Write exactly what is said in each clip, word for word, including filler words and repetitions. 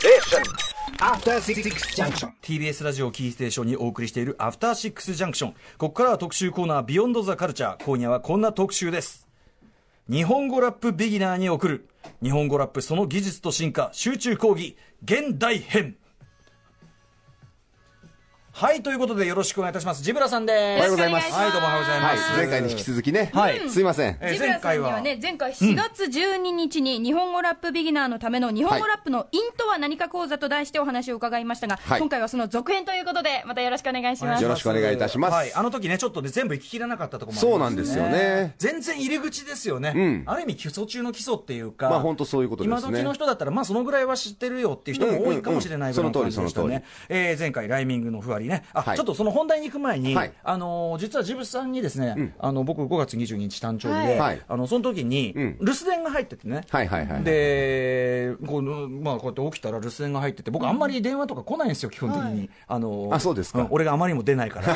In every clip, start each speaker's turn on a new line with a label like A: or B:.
A: アフターシックスジャンクション
B: ティービーエス ラジオキーステーションにお送りしているアフターシックスジャンクション。ここからは特集コーナービヨンドザカルチャー。今夜はこんな特集です。日本語ラップビギナーに送る日本語ラップその技術と進化集中講義現代編。はい、ということでよろしくお願いいたします。ジブラさんです。
C: おはようございます。
B: はい、どうもおはようございます。
C: はい、前回に引き続きね、
B: はい、
C: すいません。
B: えー、
D: ジブラさんにはね、前回しがつじゅうににちに日本語ラップビギナーのための日本語ラップのインとは何か講座と題してお話を伺いましたが、はい、今回はその続編ということでまたよろしくお願いします。
C: よろしくお願いいたします。
B: はい、あの時ねちょっとね全部行ききらなかったところもありますね。
C: そうなんですよね。
B: 全然入り口ですよね。うん、ある意味基礎中の基礎っていうか、
C: まあ本当そういうことですね。
B: 今時の人だったらまあそのぐらいは知ってるよっていう人も多いかもしれないぐらいの感じでしたね。えー、前回ライミングのふわりね。あ、はい、ちょっとその本題に行く前に。はい、あのー、実はジブさんにですね、うん、あの僕ごがつにじゅうににち誕生日で、はい、あのその時に、うん、留守電が入っててね、はいはいはいはい、でこう、まあ、こうやって起きたら留守電が入ってて、僕あんまり電話とか来ないんですよ基本的に、はい、あのー、
C: あそうですか、
B: うん、俺があまりにも出ないから、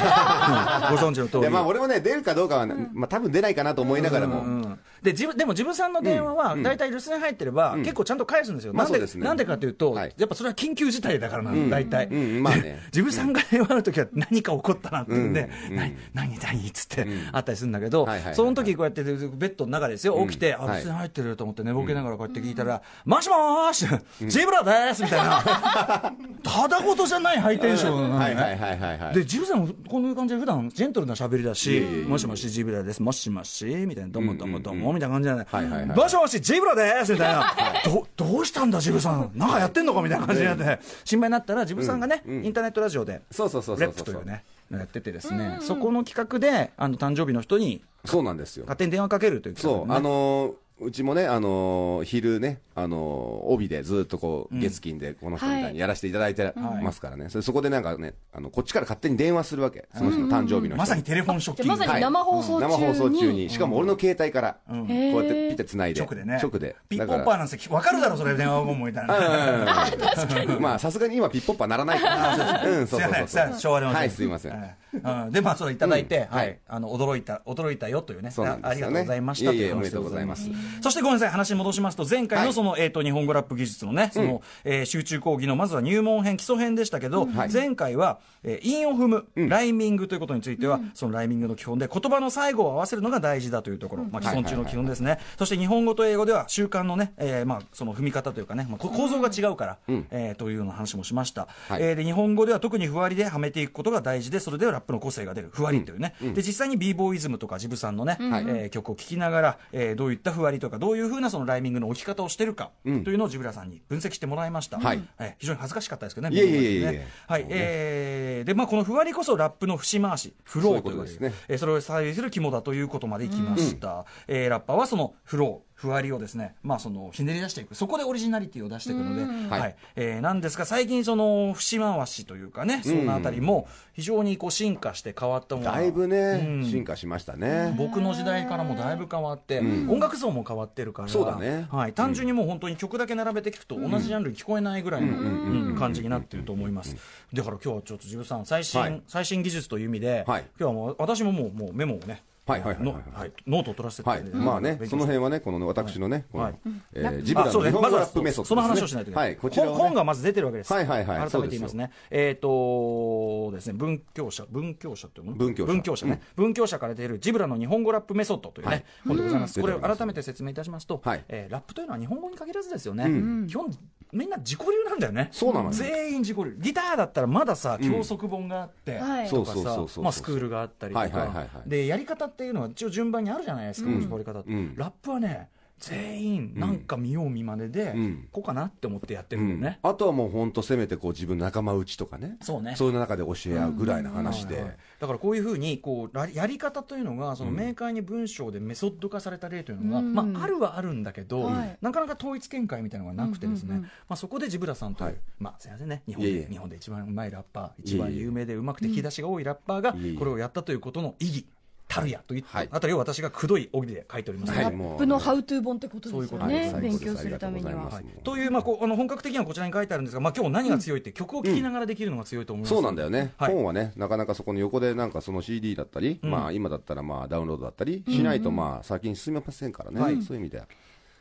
B: うん、ご存知の通り。いやまあ
C: 俺もね出るかどうかは、まあ、多分出ないかなと思いながらも、うんうん、
B: で, 自分でもジブさんの電話は大体留守電入ってれば、うん、結構ちゃんと返すんですよ、うん、なんで、まあね、なんでかというと、はい、やっぱそれは緊急事態だからな、うん、大体、うんうんまあね、ジブさんが電話の時は何か起こったなっていうんで、うん、何何何っつってあったりするんだけど、その時こうやってベッドの中ですよ、起きて、あ、留守電入ってると思って寝ぼけながらこうやって聞いたら、もしもーしジブラですみたいなただごとじゃないハイテンションなので、ジブさんもこんな感じで普段ジェントルな喋りだし、もしもしジブラです、もしもしみたいな、どうもどうもどうもみたいな感じじゃない、もしもしジブラですみたいな、どどうしたんだジブさん、なんかやってんのかみたいな感じになって心配になったら、ジブさんがねインターネットラジオでレップというねやっててですね、うんうん、そこの企画であの誕生日の人に
C: そうなんですよ
B: 勝手に電話かけるという、ね、
C: そうあのーうちもね、あのー、昼ね、あのー、帯でずっとこう、うん、月金でこの人みたいにやらせていただいてますからね、はい、それそこでなんかね、あのこっちから勝手に電話するわけ、その人の誕生日の人、
B: まさにテレフォンショッキング、
D: まさに生放送中に、
C: はい、生放送中に、しかも俺の携帯から、うん、こうやってピッて繋いで、
B: 直でね、
C: 直で
B: ピッポッパーなんですよ、分かるだろそれ電話番号みたいな
C: まあさすがに今ピッポッパーならないからうん、そうそうそう
B: 昭和で
C: はい、すいません、
B: うん、でまあそれいただいて、うん、はい、あの驚いた驚いたよというね、
C: そうなんですよね、
B: ありがとうございましたという、
C: おめでとうございます。
B: そしてごめんなさい、話戻しますと、前回のその、はい、えーと日本語ラップ技術のね、その、うん、えー、集中講義のまずは入門編基礎編でしたけど、うん、前回は、えー、韻を踏む、うん、ライミングということについては、うん、そのライミングの基本で言葉の最後を合わせるのが大事だというところ、うん、まあ、基本中の基本ですね、はいはいはいはい、そして日本語と英語では習慣のね、えー、まあその踏み方というかね、まあ、構造が違うから、うん、えー、というような話もしました、はい、えー、で日本語では特にふわりではめていくことが大事で、それではラップの個性が出るふわりというね、うん、で実際に b ボーイズムとかジブさんのね、うん、えー、曲を聴きながら、えー、どういったふわりとかどういうふうなそのライミングの置き方をしてるか、うん、というのをジブラさんに分析してもらいました、はい、えー、非常に恥ずかしかったですけどね、
C: いやいやいやいや、
B: はい、えー、でまあこのふわりこそラップの節回しフローという、そういうことですね、えー、それを左右する肝だということまでいきました、うん、えー、ラッパーはそのフローふわりをですね、まあ、そのひねり出していく、そこでオリジナリティを出していくので、はいはい、えー、なんですが最近その節回しというかね、そのあたりも非常にこう進化して変わったものが
C: だいぶね、うん、進化しましたね。
B: 僕の時代からもだいぶ変わって、うん、音楽像も変わってるから、
C: そうだね、
B: はい、単純にもう本当に曲だけ並べて聞くと同じジャンルに聞こえないぐらいの感じになっていると思います。だから今日はちょっとジブさん最新、はい、最新技術という意味で、はい、今日はもう私ももう、もうメモをね、
C: はいはいはいはい
B: はい、ノートを取らせていただいて、
C: はい、まあね、その辺はね、この私のね、
B: はい、
C: えー、ジブラの日本語ラップメソッドですね、
B: その話をしないといけない、はい、こちらはね、本がまず出てるわけです、
C: はいはいはい、
B: 改めて言いますね、えっ、ー、とですね、文教者、文教者というもの、
C: 文教者、
B: 文教者ね、うん、文教者から出ているジブラの日本語ラップメソッドというね、はい、本でございます。これを改めて説明いたしますと、はい、えー、ラップというのは日本語に限らずですよね、うん、基本みんな自己流なんだよね。
C: そうなの、
B: 全員自己流。ギターだったらまださ、教則本があって、うん、とかさ、まあスクールがあったりとか、でやり方っていうのは一応順番にあるじゃないですか、うん、こり方って、うん、ラップはね、全員なんか見よう見まねで、うん、こうかなって思ってやってるんだよね、
C: うん、あとはもう本当せめてこう自分の仲間内とかね、
B: そうね、
C: そういう中で教え合うぐらいの話で、うん、
B: だからこういうふうにこうやり方というのがその明快に文章でメソッド化された例というのが、うん、まあ、あるはあるんだけど、うん、なかなか統一見解みたいなのがなくてですね、うんうんうん、まあ、そこでジブラさんという、はい、まあすいませんね、日本でいえいえ日本で一番うまいラッパー、一番有名でうまくて引き出しが多いラッパーがこれをやったということの意義たるやといった、はい、あたりを私がくどい帯で書いております、
D: はい、ラップのハウトゥー本ってことですよね、はい、勉強するためには、
B: はい、という、まあ、こうあの本格的にはこちらに書いてあるんですが、まあ、今日何が強いって、うん、曲を聴きながらできるのが強いと思います、
C: うん、そうなんだよね、はい、本はねなかなかそこの横でなんかその シーディー だったり、うん、まあ、今だったらまあダウンロードだったりしないとまあ先に進めませんからね、うん、そういう意味で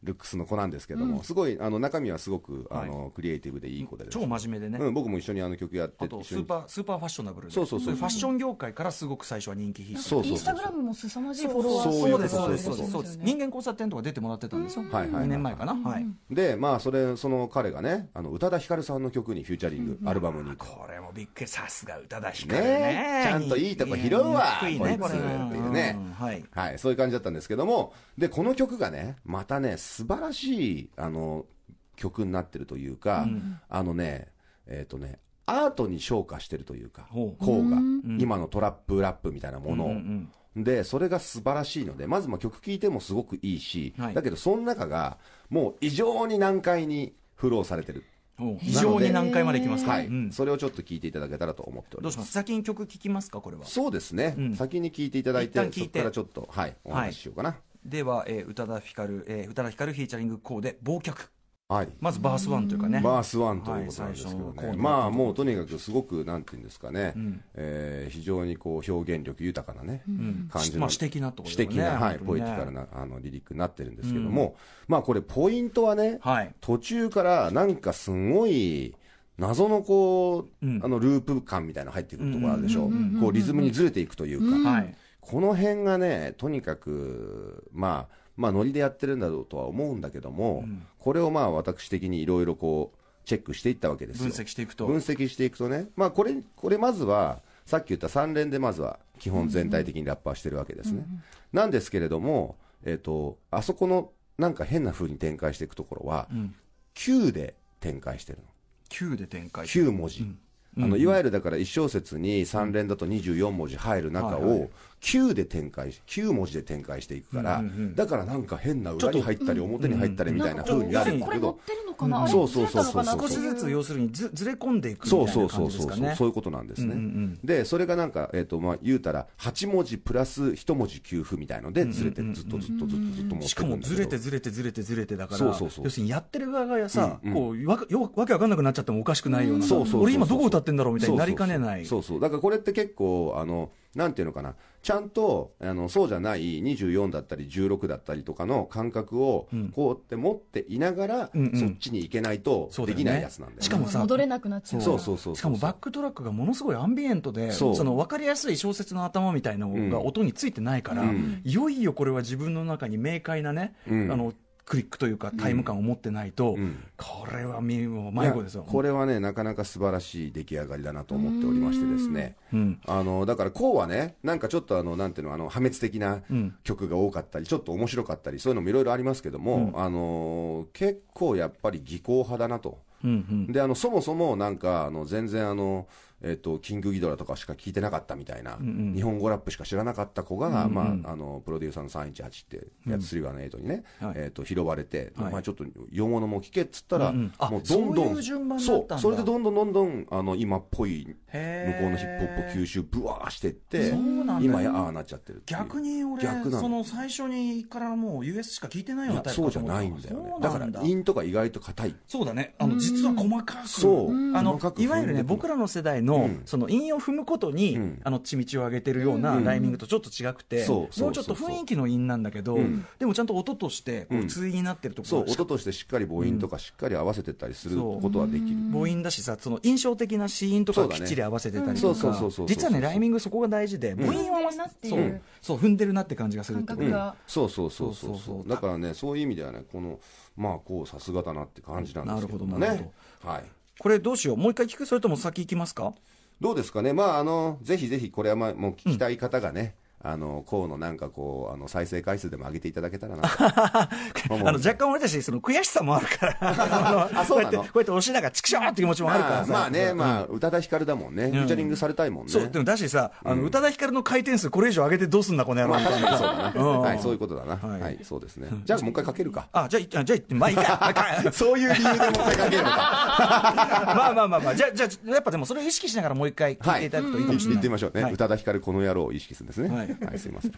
C: ルックスの子なんですけども、うん、すごいあの中身はすごくあの、はい、クリエイティブでいい子で、
B: 超真面目でね、
C: うん、僕も一緒にあの曲やってて、
B: あとスーパースーパーファッショナブルで、
C: そうそうそう、
B: ファッション業界からすごく最初は人気ヒット、
D: そうそうそう、インスタグラムも凄まじいフォロワー、
B: そうですそうですそうです、人間交差点とか出てもらってたんですよ、はいはいはい、にねんまえかな、はい、
C: でまあそれその彼がね、あの宇多田ヒカルさんの曲にフューチャリング、うん、アルバムに、
B: これもびっくり、さすが宇多田ヒカルね、
C: ね、ちゃんといいとこ拾うわ、こいつっていうね、はい、はい、そういう感じだったんですけども、でこの曲がねまたね素晴らしいあの曲になってるというか、うん、あのねえっ、ー、とねアートに昇華してるというか、こうが、うん、今のトラップラップみたいなものを、うんうんうん、でそれが素晴らしいので、まずまあ曲聴いてもすごくいいし、はい、だけどその中がもう異常に難解にフローされてる、
B: 非常に何回までいきますか、
C: はい、うん、それをちょっと聞いていただけたらと思っております。
B: どうします、先に曲聴きますか、これは。
C: そうですね、うん、先に聴いていただいて、そこからちょっと、はい、お話ししようかな、はい、
B: では、えー、宇多田ヒカル、えー、宇多田ヒカルフィーチャリングコーで忘却、
C: はい、
B: まずバースワンというかね、
C: バースワンということなんですけどね、はい、まあもうとにかくすごくなんていうんですかね、うん、えー、非常にこう表現力豊かなね、うん、感じの、
B: まあ、詩的なところ
C: で、ね、詩的な、はい、ポエティカルなあのリリックになってるんですけども、うん、まあこれポイントはね、はい、途中からなんかすごい謎のこう、うん、あのループ感みたいなの入ってくるところあるでしょ、うん、こうリズムにずれていくというか、うん、この辺がねとにかくまあまあノリでやってるんだろうとは思うんだけども、うん、これをまあ私的にいろいろこうチェックしていったわけですよ。
B: 分析していくと
C: 分析していくとね、まあこれこれまずはさっき言ったさん連でまずは基本全体的にラッパーしてるわけですね、うんうん、なんですけれども、えーと、あそこのなんか変な風に展開していくところは、うん、きゅうで展開してるの。
B: きゅうで展開
C: きゅう文字、うんあのいわゆるだからいち小節にさん連だとにじゅうよん文字入る中をきゅうで展開しきゅう文字で展開していくから、うんうんうん、だからなんか変な裏に入ったり表に入ったりみたいな風になるんだけど、
B: そうそうそうそう少しずつ要するに ず, ずれ込んでいくみたいな感じですかね。そうそうそうそう
C: そういうことなんですね、うんうん、でそれがなんか、えーとまあ、言うたらはち文字プラスいち文字給付みたいのでずれてずっとずっとずっとずっと持ってくるんだけど、
B: しかもずれてずれてずれてずれてだからそうそうそう要するにやってる側がさ、うんうん、こう わ, よわけわかんなくなっちゃってもおかしくないような、うん、俺今どこ歌ってんだろうみたいになりかねない。
C: そうそうだからこれって結構あのなんていうのかな、ちゃんとあのそうじゃないにじゅうよんだったりじゅうろくだったりとかの感覚をこうやって持っていながら、うんうん、そっちに行けないとできないやつなんだよね。
D: しかもさ戻れなくなっちゃう。
C: そうそうそうそう。
B: しかもバックトラックがものすごいアンビエントで、その分かりやすい小説の頭みたいなのが音についてないから、うん、いよいよこれは自分の中に明快なね、うん、あのクリックというかタイム感を持ってないと、うん、これは迷子ですよ。
C: これはねなかなか素晴らしい出来上がりだなと思っておりましてですね、うん、あのだからこうはねなんかちょっとあのなんていうのあの破滅的な曲が多かったり、うん、ちょっと面白かったりそういうのもいろいろありますけども、うん、あの結構やっぱり技巧派だなと、うんうん、であのそもそもなんかあの全然あのえー、とキングギドラとかしか聞いてなかったみたいな、うんうん、日本語ラップしか知らなかった子が、うんうんまあ、あのプロデューサーのさんいちはちってやつさんいちはちにね、うんはいえー、と拾われて、はい、お前ちょっと洋物も聞けっつったら、うんうん、もうどんどんそうそれでどんどんどんどんあの今っぽい向こうのヒップホップを吸収ブワーしていって今やああなっちゃってるっていう。
B: 逆に俺逆その最初にからもう ユーエス しか聞いてないようなタイプ
C: かと思った。そうじゃないんだよね。だから韻とか意外と硬い。
B: そうだね、あの実は細かく
C: そう
B: あのいわゆるね僕らの世代の、うん、その韻を踏むことに、うん、あの血道を上げてるようなライミングとちょっと違くて、うん、もうちょっと雰囲気の韻なんだけど、うん、でもちゃんと音としてこう対になってるところ、
C: うん、そう音としてしっかり母音とかしっかり合わせてったりすることはできる、
B: 母音だしさその印象的な子音とかをきっちり合わせてたりとか実はねライミングそこが大事で、母音を合わせてそうそう踏んでるなって感じがするってこと、うん、
C: そうそうそうそうそうだからねそういう意味ではねこのまあこうさすがだなって感じなんですけどね。なるほどなるほど、はい、こ
B: れどうしようもう一回聞くそれとも先行きますか。
C: どうですかね、まあ、あのぜひぜひこれは、まあ、もう聞きたい方がね、うん、あのこうのなんかこうあの再生回数でも上げていただけたらなあ
B: の若干俺たちその悔しさもあるからあそうなのこうやってこうやって押しながらチクショーって気持ちもあるからさ
C: まあねまあ宇多田ヒカルだもんね、うん、フューチャリングされたいもんね。
B: そうでもだしさあの宇多田ヒカルの回転数これ以上上げてどうすんだこの野郎みたいな、まあ、そうだな、うん、
C: はいそういうことだな、はい、はい、そうですね。じゃあもう一回かけるか。
B: あじゃあじゃあまあいいか
C: そういう理由でもう一回かけるのか
B: まあまあまあまあじゃあじゃあやっぱでもそれを意識しながらもう一回聞いていただくといいかもしれない、はい、
C: 言ってみましょうね、はい、宇多田ヒカルこの野郎を意識するんですね。はい、はい、すいません。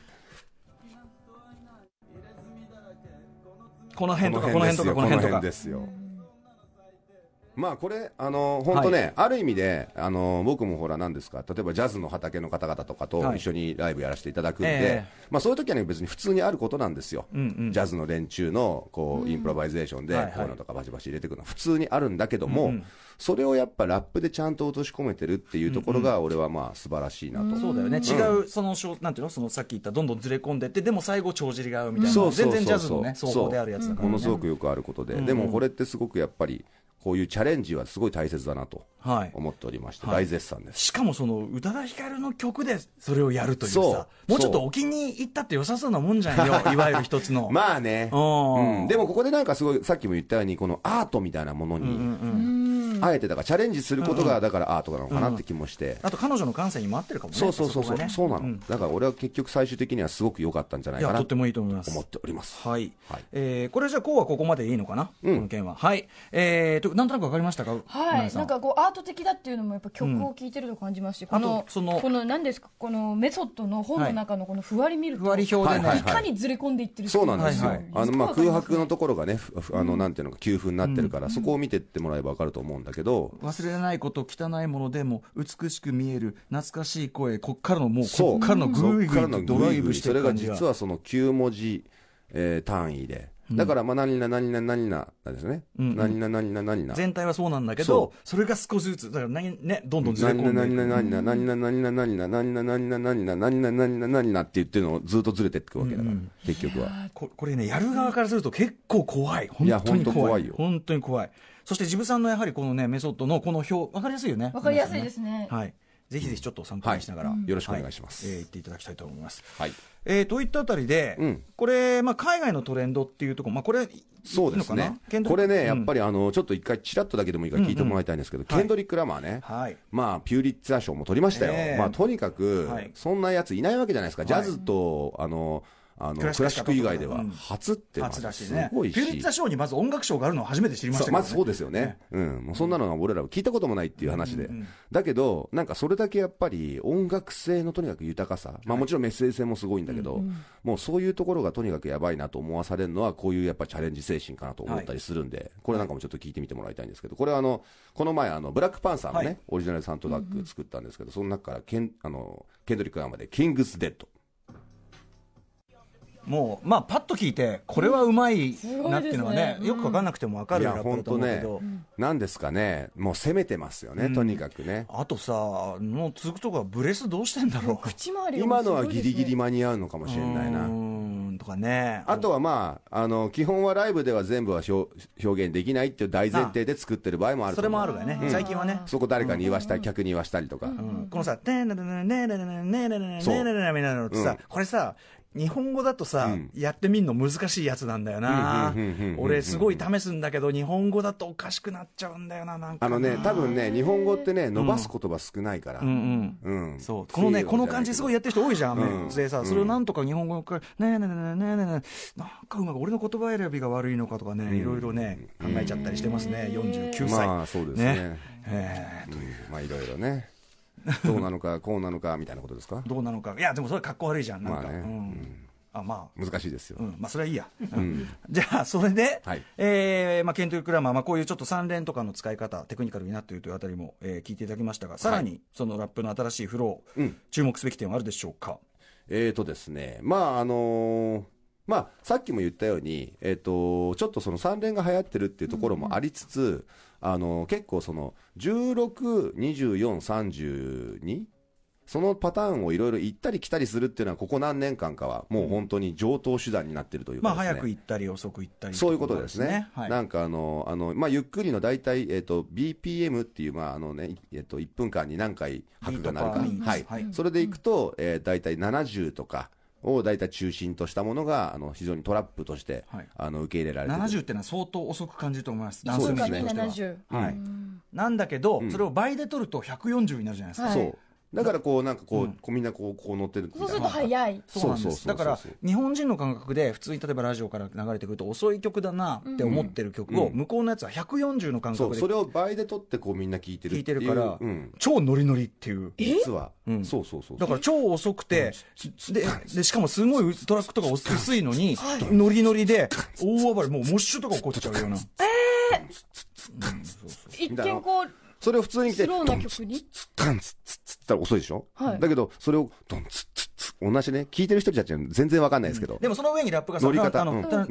B: この辺とかこの辺とかこの辺とか
C: ですよ。 まあこれ、あの本当ね、はい、ある意味で、あの僕もほら、なんですか、例えばジャズの畑の方々とかと一緒にライブやらせていただくんで、はいえー、まあ、そういう時はね、別に普通にあることなんですよ、うんうん、ジャズの連中のこうインプロバイゼーションで、こういうのとかバチバチ入れていくのは普通にあるんだけども、うんうん、それをやっぱラップでちゃんと落とし込めてるっていうところが、俺はまあ素晴らしいなと。うんうん、
B: そうだよね、違う、そのなんていうの、そのさっき言った、どんどんずれ込んでいって、でも最後、帳尻が合うみたいな、うん、全然ジャズのね、奏法であるやつだから、ね、
C: ものすごくよくあることで、うんうん、でもこれってすごくやっぱり、こういうチャレンジはすごい大切だなと思っておりまして、はい、大絶賛です、
B: しかもその宇多田ヒカルの曲でそれをやるというさ、もうちょっとお気に入ったって良さそうなもんじゃんよいわゆる一つの
C: まあね、うん、でもここでなんかすごいさっきも言ったようにこのアートみたいなものに、うんうんうん、あえてだからチャレンジすることがだからアートなのかなって気もして、うんうん、
B: あと彼女の感性にも合ってるかもね。
C: そうそうそうそう、
B: ね、
C: そうなの、うん、だから俺は結局最終的にはすごく良かったんじゃないかなと思っております。
B: はい、はい、えー、これじゃあこうはここまでいいのかな、うん、この件は。はい、えー、となんとなくわかりましたか。
D: はい、なんかこうアート的だっていうのもやっぱ曲を聴いてると感じますし、うん、このそのこの何ですか、このメソッドの本の中のこのふわり見ると、
B: ふわり表でね、
D: いかにずれ込んでいってる。
C: そうなんですよ、はいはい、あのまあ空白のところがね、あのなんていうのか休符になってるから、うん、そこを見てってもらえば分かると思うんだけど、
B: 忘れないこと汚いものでも美しく見える懐かしい声、こっからのもうこっからのグイグイドライブしてる感じが、
C: それが実はそのきゅう文字、えー、単位で、だからまあ何々何々何々なんですね、うんうん、何々何々何々
B: 全体はそうなんだけど、 そ, それが少しずつだから何、ね、どんどんずれ込んでいく、
C: 何々何々何々何々何々何々何々何々何々何々何々って言ってるのをずっとずれていくわけだから、うんうん、結局は
B: こ, これね、やる側からすると結構怖い、本当に怖い、いや本当怖いよ、本当に怖い。そしてジブさんのやはりこのねメソッドのこの表分かりやすいよね。
D: 分かりやすいですね。
B: はい、ぜひぜひちょっと参考にしながら、はい、
C: よろしくお願いします、
B: はい、えー、言っていただきたいと思います。
C: はい、
B: えー、といったあたりで、うん、これ、まあ、海外のトレンドっていうところ、まあ、これ
C: そうですね、これね、うん、やっぱりあのちょっと一回ちらっとだけでもいいから聞いてもらいたいんですけど、うんうん、ケンドリック・ラマーね、はい、まあピューリッツァー賞も取りましたよ、えーまあ、とにかく、はい、そんなやついないわけじゃないですか、ジャズと、はい、あのあのクラシック以外では初ってのはすごいし、
B: ピューリッツァ賞にまず音楽賞があるのを初めて知りましたけどね。
C: まずそうですよね、ね、うん、もうそんなのは俺らは聞いたこともないっていう話で、うんうんうん、だけどなんかそれだけやっぱり音楽性のとにかく豊かさ、まあ、もちろんメッセージ性もすごいんだけど、はい、もうそういうところがとにかくやばいなと思わされるのはこういうやっぱチャレンジ精神かなと思ったりするんで、はい、これなんかもちょっと聞いてみてもらいたいんですけど、これはあのこの前あのブラックパンサーのね、はい、オリジナルサウンドトラック作ったんですけど、その中からケンあのケンドリック・ラマーでキングス・デッド、
B: もうまあパッと聞いてこれはうまいなっていうのはね、うん、よく分かんなくても分かるラップだと思うけど、
C: ね、なんですかね、もう攻めてますよね、うん、とにかくね。
B: あとさ、もう続くとかブレスどうしてんだろう、
D: 口周り、
C: 今のはギリギリ間に合うのかもしれないな、
B: うんとかね。
C: あとはまあ、あの基本はライブでは全部は表現できないっていう大前提で作ってる場合もあると思う。
B: それもあるわね、うん、最近はね、
C: そこ誰かに言わしたり、うん、客に言わしたりとか、うん、
B: このさ「ねえねえねえねえねえねえねえねえねえねえねえ」みたいなのってさ、これさ日本語だとさ、うん、やってみるの難しいやつなんだよな。俺すごい試すんだけど日本語だとおかしくなっちゃうんだよな。なんか
C: あのね、多分ね、日本語ってね伸ばす言葉少ないから、うん
B: うんうんうん、そうこのねこの感じすごいやってる人多いじゃん、うん、でさ、それをなんとか日本語から「ねえねえねえねえねえねえ」なんかうまく俺の言葉選びが悪いのかとかね、いろいろね考えちゃったりしてますね、よんじゅうきゅうさい。
C: まあそうですね、ねえー、うん、まあいろいろねどうなのかこうなのかみたいなことですか。
B: どうなのか、いやでもそれかっこ悪いじゃん、なんか、まあね、うん、あまあ、
C: 難しいですよ、
B: うん、まあ、それはいいや、うん、じゃあそれで、はい、えーまあ、ケンドリック・ラマー、まあ、こういうちょっと三連とかの使い方テクニカルになっているというあたりも、えー、聞いていただきましたが、さらにそのラップの新しいフロー、うん、注目すべき点はあるでしょうか。
C: えーとですね、まああのーまあ、さっきも言ったように、えーと、ちょっとその三連が流行ってるっていうところもありつつ、うん、あの結構そのじゅうろく、にじゅうよん、さんじゅうにそのパターンをいろいろ行ったり来たりするっていうのはここ何年間かはもう本当に常套手段になっているというかですね、
B: まあ、早く行ったり遅く行ったり、
C: そういうことですね、はい、なんかあのあの、まあ、ゆっくりの大体、えー、と ビーピーエム っていう、まああのねえー、といっぷんかんに何回拍が鳴るか、はいはい、それでいくと、えー、大体ななじゅうとかを大体中心としたものがあの非常にトラップとして、はい、あの受け入れられている。
B: ななじゅうっていうのは相当遅く感じると思います。
C: そうですね、
D: ななじゅう、
B: はい、なんだけど、うん、それを倍で取るとひゃくよんじゅうになるじゃないですか、
C: はい、そうだからこうなんかこう、うん、こうみんなこうこう乗ってるみたいな。
D: そうすると早い。
B: そうなんです。だから日本人の感覚で普通に例えばラジオから流れてくると遅い曲だなって思ってる曲を、うん、向こうのやつはひゃくよんじゅうの感覚で、
C: そうそれを倍で取ってこうみんな聞いてるっていう、
B: 聞いてるから、うん、超ノリノリっていう。
C: 実は、うん、そうそうそう。
B: だから超遅くて、ででしかもすごいトラックとか薄いのにノリノリで大暴れ、もうモッシュとか起こっちゃうような。えーうん
D: 一見こう
C: それを普通に来て
D: スローな曲に
C: ツッタンツッツッツッったら遅いでしょ、
D: はい、
C: だけどそれをドンツッツッツッ同じね聞いてる人たちは全然わかんないですけど、
B: でもその上にラップが
C: 乗り方そうする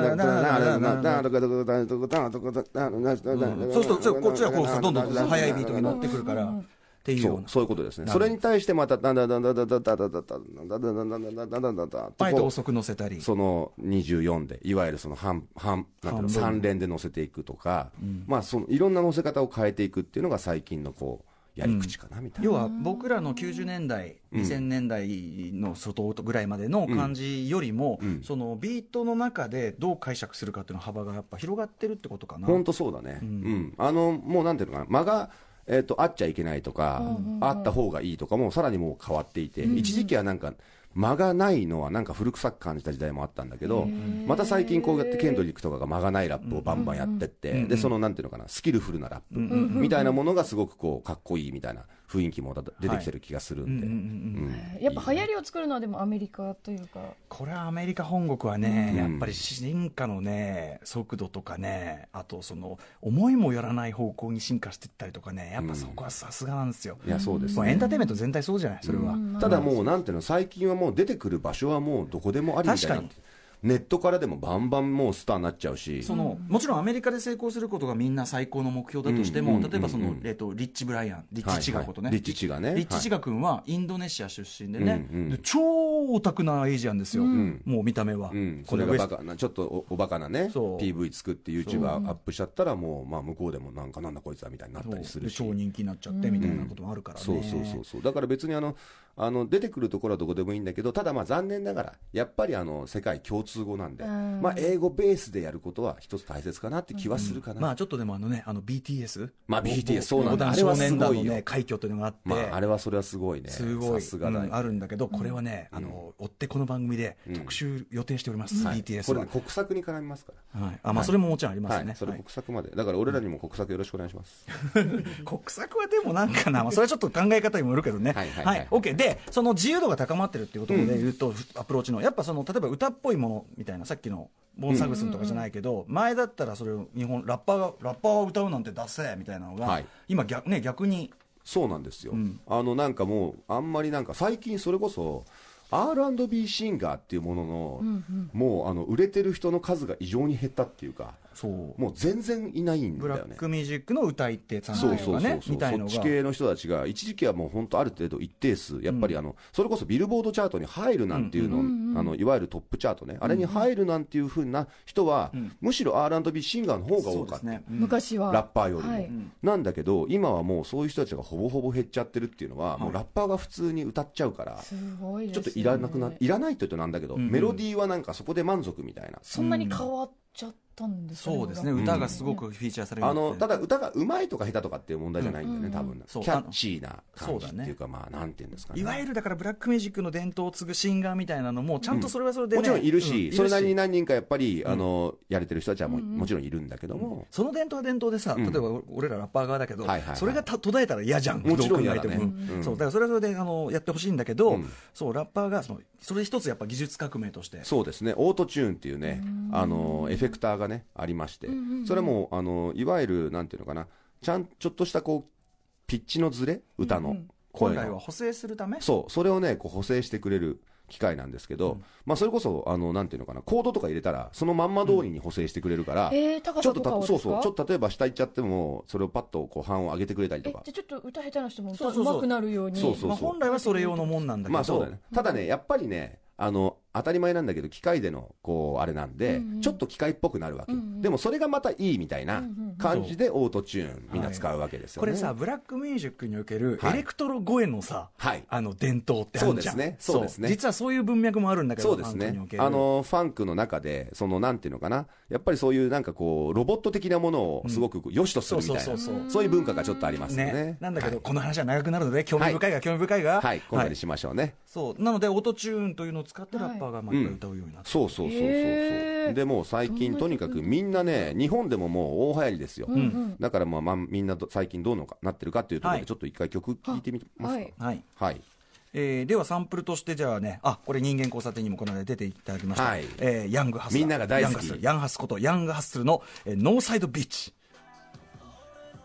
B: とこっちはこうどんどん速いビートに乗ってくるからっていうような、
C: そういうことですね。それに対してまたダンダンダンダンダンダンダンダンダンダンダンダンダンダンダンダンダンダンダン
B: あえて遅く乗せたり、
C: そのにじゅうよんでいわゆるその半半なんていうのさん連で乗せていくとか、まあそのいろんな乗せ方を変えていくっていうのが最近のこうやり口かなみたいな、
B: 要は僕らのきゅうじゅうねんだい、にせんねんだいの外ぐらいまでの感じよりも、そのビートの中でどう解釈するかっていうの幅がやっぱ広がってるってことかな。
C: 本当そうだね、うんあのもうなんていうのかな、間がえー、とあっちゃいけないとか、うんうんうん、あった方がいいとかもさらにもう変わっていて、うんうん、一時期はなんか間がないのはなんか古臭く感じた時代もあったんだけど、また最近こうやってケンドリックとかが間がないラップをバンバンやってって、うんうん、でそのなんていうのかなスキルフルなラップみたいなものがすごくこうかっこいいみたいな雰囲気も出てきてる気がするんで、
D: やっぱ流行りを作るのはでもアメリカというか、
B: これはアメリカ本国はね、うん、やっぱり進化のね速度とかね、あとその思いもよらない方向に進化していったりとかね、やっぱそこはさすがなんですよ、
C: うん、いやそうですね、
B: エンターテインメント全体そうじゃないそれは、うん、
C: ただもうなんていうの最近はもう出てくる場所はもうどこでもありみたいな、確かにネットからでもバンバンもうスターになっちゃうし、
B: そのもちろんアメリカで成功することがみんな最高の目標だとしても、うんうんうんうん、例えばその、えー、とリッチ・ブライアンリッチ・チガことね、
C: はいはい、リッチ・チガね、
B: リッチ・チガ君はインドネシア出身でね、うんうん、で超オタクなエイジアンですよ、うん、もう見た目は、うん、
C: これがバカなちょっと お, おバカなね ピーブイ 作って YouTube アップしちゃったらもう、まあ、向こうでもなんかなんだこいつだみたいになったりするし、
B: 超人気になっちゃってみたいなこともあるからね、
C: うん、そうそうそうそう、だから別にあのあの出てくるところはどこでもいいんだけど、ただまあ残念ながらやっぱりあの世界共通語なんで、まあ、英語ベースでやることは一つ大切かなって気はするかな、
B: うん、まあちょっとでもあのねあの ビーティーエス、
C: まあ ビーティーエス そうなんだ、
B: あれはすごいよね、快挙というのがあって、
C: まあ、あれはそれはすごいね、
B: すごい
C: さすがだ、
B: うん、あるんだけど、これはね、うん、あの追ってこの番組で特集予定しております、うん、ビーティーエス は、
C: これ、ね、国策に絡みますから、
B: はい、あまあそれももちろんありますね、はい
C: はい、それ国策まで、だから俺らにも国策よろしくお願いします、
B: 国策はでもなんかな、まあ、それはちょっと考え方にもよるけどね、はいはいはい、はい、OK でその自由度が高まってるっていうことで言うと、うん、アプローチのやっぱその例えば歌っぽいものみたいな、さっきのボン・サグスンとかじゃないけど、うん、前だったらそれを日本ラッパーがラッパーが歌うなんてダセーみたいなのが、はい、今逆、ね、逆に
C: そうなんですよ、うん、あのなんかもうあんまりなんか最近それこそ アールアンドビー シンガーっていうものの、うんうん、もうあの売れてる人の数が異常に減ったっていうか、そうもう全然いないんだよね。
B: ブラックミュージックの歌い手さんとかねみたいのが、
C: そっち系の人たちが一時期はもう本当ある程度一定数やっぱりあの、うん、それこそビルボードチャートに入るなんていうの、うんうん、あのいわゆるトップチャートね、あれに入るなんていう風な人は、うん、むしろ アールアンドビー シンガーの方が多かった、ねうん、
D: 昔は
C: ラッパーよりも、はい、なんだけど今はもうそういう人たちがほぼほぼ減っちゃってるっていうのは、はい、もうラッパーが普通に歌っちゃうから、
D: すごいですね、
C: ちょっといらなくないらないと言うとなんだけど、うんうん、メロディーはなんかそこで満足みたいな、
D: そんなに変わっちゃったんですかね。
B: そうですね、歌がすごくフィーチャーされる、
C: うん、あのただ歌が上手いとか下手とかっていう問題じゃないんだよね、うん、多分キャッチーな感じっていうか、まあなんていうんですかね、
B: いわゆるだからブラックミュージックの伝統を継ぐシンガーみたいなのもちゃんとそれはそれで、ね、
C: もちろんいるし、うん、それなりに何人かやっぱり、うん、あのやれてる人たちはも,、うん、もちろんいるんだけども、うん、
B: その伝統は伝統でさ、例えば俺らラッパー側だけど、うんはいはいはい、それが途絶えたら嫌じゃん、
C: もちろん嫌だね、
B: うん、そうだからそれはそれであのやってほしいんだけど、うん、そうラッパーがそのそれ一つやっぱ技術革命として、
C: そうですね、オートチューンっていうね、あのエフェクターがねありまして、それもあのいわゆるなんていうのかな、ちゃんちょっとしたこうピッチのずれ、歌の声の、
B: 本来は補正するため、
C: そうそれをねこう補正してくれる機械なんですけど、うん、まあそれこそあのなんていうのかな、コードとか入れたらそのまんま通りに補正してくれるから、
D: うんえー、高さとかはですか？
C: そうそう、ちょっと例えば下行っちゃってもそれをパッとこう半音上げてくれたりとか、
D: えじゃちょっと歌下手な人も歌うまくなるように、
B: そうそうそう、まあ、本来はそれ用のもんなんだけど、
C: まあそうだね、ただねやっぱりねあの当たり前なんだけど機械でのこうあれなんで、うんうん、ちょっと機械っぽくなるわけ、うんうん、でもそれがまたいいみたいな感じでオートチューンみんな使うわけですよね、
B: はい、これさブラックミュージックにおけるエレクトロ声のさ、はい、あの伝統ってあるじゃん、そうですね、そうですね、実はそういう文脈もあるんだけど、
C: そうですね、あのファンクの中でそのなんていうのかな、やっぱりそういうなんかこうロボット的なものをすごく良しとするみたいな、そういう文化がちょっとありますよね、
B: ね、なんだけど、はい、この話は長くなるので興味深いが、はい、興味深いが
C: はい今回にしましょうね、はい、
B: そうなのでオートチューンというのを使ってラッパーが毎回歌うようになって、うん
C: そうそうそうそうそう、でもう最近とにかくみんなね日本でももう大流行りですよ、うんうん、だからまあ、まあ、みんな最近どうのかなってるかっていうところでちょっと一回曲聴いてみますか、はい
B: はいはい、えー、ではサンプルとしてじゃあね、あこれ人間交差点にもこの間出ていただきました、はいえー、ヤングハッスル、
C: みんなが大好き
B: ヤングハッスル、ヤンハスことヤングハッスルの、えー、ノーサイドビーチ。